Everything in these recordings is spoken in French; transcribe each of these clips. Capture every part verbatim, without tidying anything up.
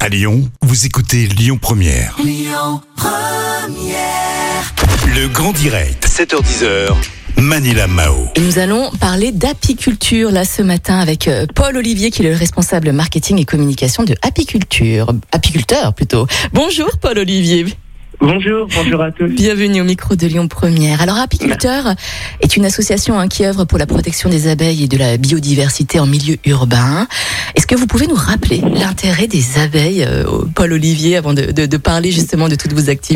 À Lyon, vous écoutez Lyon Première. Lyon Première. Le grand direct, sept heures dix, Manila Mao. Et nous allons parler d'apiculture là ce matin avec Paul Olivier qui est le responsable marketing et communication de Apiculture. Apiculteur plutôt. Bonjour Paul Olivier. Bonjour, bonjour à tous. Bienvenue au micro de Lyon Première. Alors Apiculteur est une association hein, qui œuvre pour la protection des abeilles et de la biodiversité en milieu urbain. Est-ce que vous pouvez nous rappeler l'intérêt des abeilles, euh, Paul Olivier, avant de, de, de parler justement de toutes vos activités ?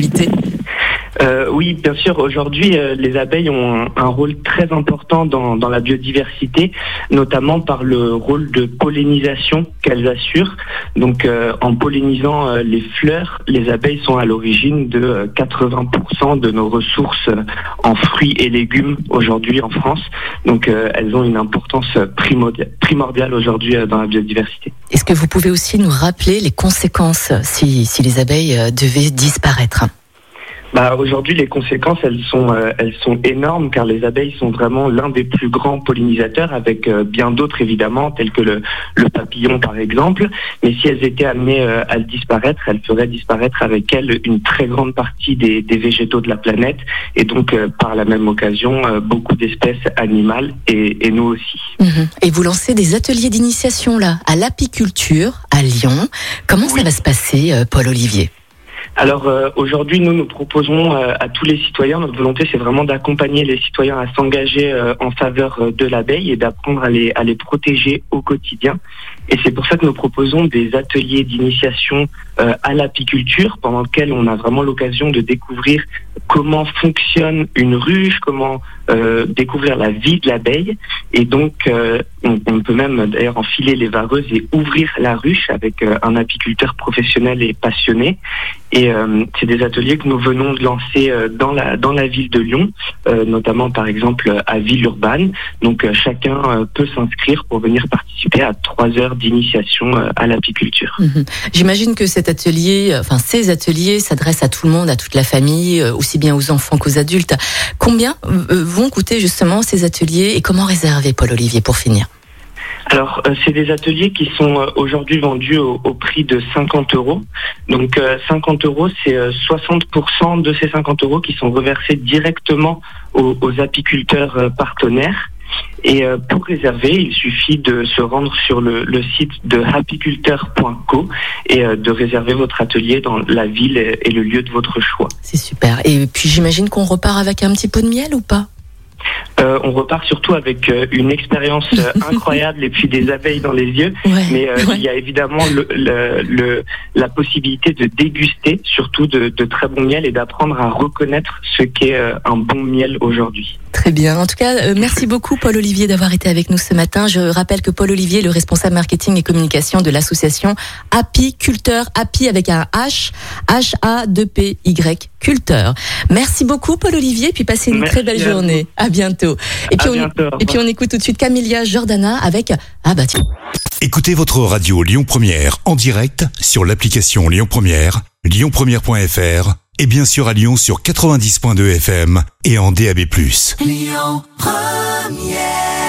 Euh, oui, bien sûr. Aujourd'hui, euh, les abeilles ont un, un rôle très important dans, dans la biodiversité, notamment par le rôle de pollinisation qu'elles assurent. Donc, euh, en pollinisant euh, les fleurs, les abeilles sont à l'origine de euh, quatre-vingts pour cent de nos ressources euh, en fruits et légumes aujourd'hui en France. Donc, euh, elles ont une importance primordiale, primordiale aujourd'hui euh, dans la biodiversité. Est-ce que vous pouvez aussi nous rappeler les conséquences si, si les abeilles euh, devaient disparaître ? Bah, aujourd'hui, les conséquences, elles sont, euh, elles sont énormes car les abeilles sont vraiment l'un des plus grands pollinisateurs avec euh, bien d'autres évidemment, tels que le, le papillon par exemple. Mais si elles étaient amenées euh, à disparaître, elles feraient disparaître avec elles une très grande partie des, des végétaux de la planète et donc euh, par la même occasion euh, beaucoup d'espèces animales et, et nous aussi. Mmh. Et vous lancez des ateliers d'initiation là à l'apiculture à Lyon. Comment oui. ça va se passer, euh, Paul Olivier ? Alors euh, aujourd'hui, nous nous proposons euh, à tous les citoyens, notre volonté c'est vraiment d'accompagner les citoyens à s'engager euh, en faveur euh, de l'abeille et d'apprendre à les, à les protéger au quotidien. Et c'est pour ça que nous proposons des ateliers d'initiation euh, à l'apiculture pendant lesquels on a vraiment l'occasion de découvrir comment fonctionne une ruche, comment euh, découvrir la vie de l'abeille. Et donc euh, on, on peut même d'ailleurs enfiler les vareuses et ouvrir la ruche avec euh, un apiculteur professionnel et passionné. Et euh, c'est des ateliers que nous venons de lancer euh, dans la dans la ville de Lyon, euh, notamment par exemple à Villeurbanne. Donc euh, chacun euh, peut s'inscrire pour venir participer à trois heures d'initiation euh, à l'apiculture. Mmh. J'imagine que cet atelier, enfin ces ateliers s'adressent à tout le monde, à toute la famille, euh, aussi bien aux enfants qu'aux adultes. Combien euh, vont coûter justement ces ateliers et comment réserver, Paul Olivier, pour finir ? Alors, euh, c'est des ateliers qui sont euh, aujourd'hui vendus au, au prix de cinquante euros. Donc, euh, cinquante euros, c'est euh, soixante pour cent de ces cinquante euros qui sont reversés directement aux, aux apiculteurs euh, partenaires. Et euh, pour réserver, il suffit de se rendre sur le, le site de apiculteur point co et euh, de réserver votre atelier dans la ville et, et le lieu de votre choix. C'est super. Et puis, j'imagine qu'on repart avec un petit pot de miel ou pas ? Euh, on repart surtout avec euh, une expérience euh, incroyable et puis des abeilles dans les yeux. Ouais, mais euh, ouais. il y a évidemment le, le, le, la possibilité de déguster surtout de, de très bons miels et d'apprendre à reconnaître ce qu'est euh, un bon miel aujourd'hui. Très bien. En tout cas, euh, merci beaucoup Paul Olivier d'avoir été avec nous ce matin. Je rappelle que Paul Olivier est le responsable marketing et communication de l'association Apiculteur, Api avec un H, H A deux P Y, Culteur. Merci beaucoup Paul Olivier, puis passez une merci très belle journée. À bientôt. Et puis, à on, bientôt, et puis on écoute tout de suite Camélia Jordana avec Ah bah tiens. Écoutez votre radio Lyon Première en direct sur l'application Lyon Première, lyon première point f r et bien sûr à Lyon sur quatre-vingt-dix point deux F M et en D A B plus. Lyon Première.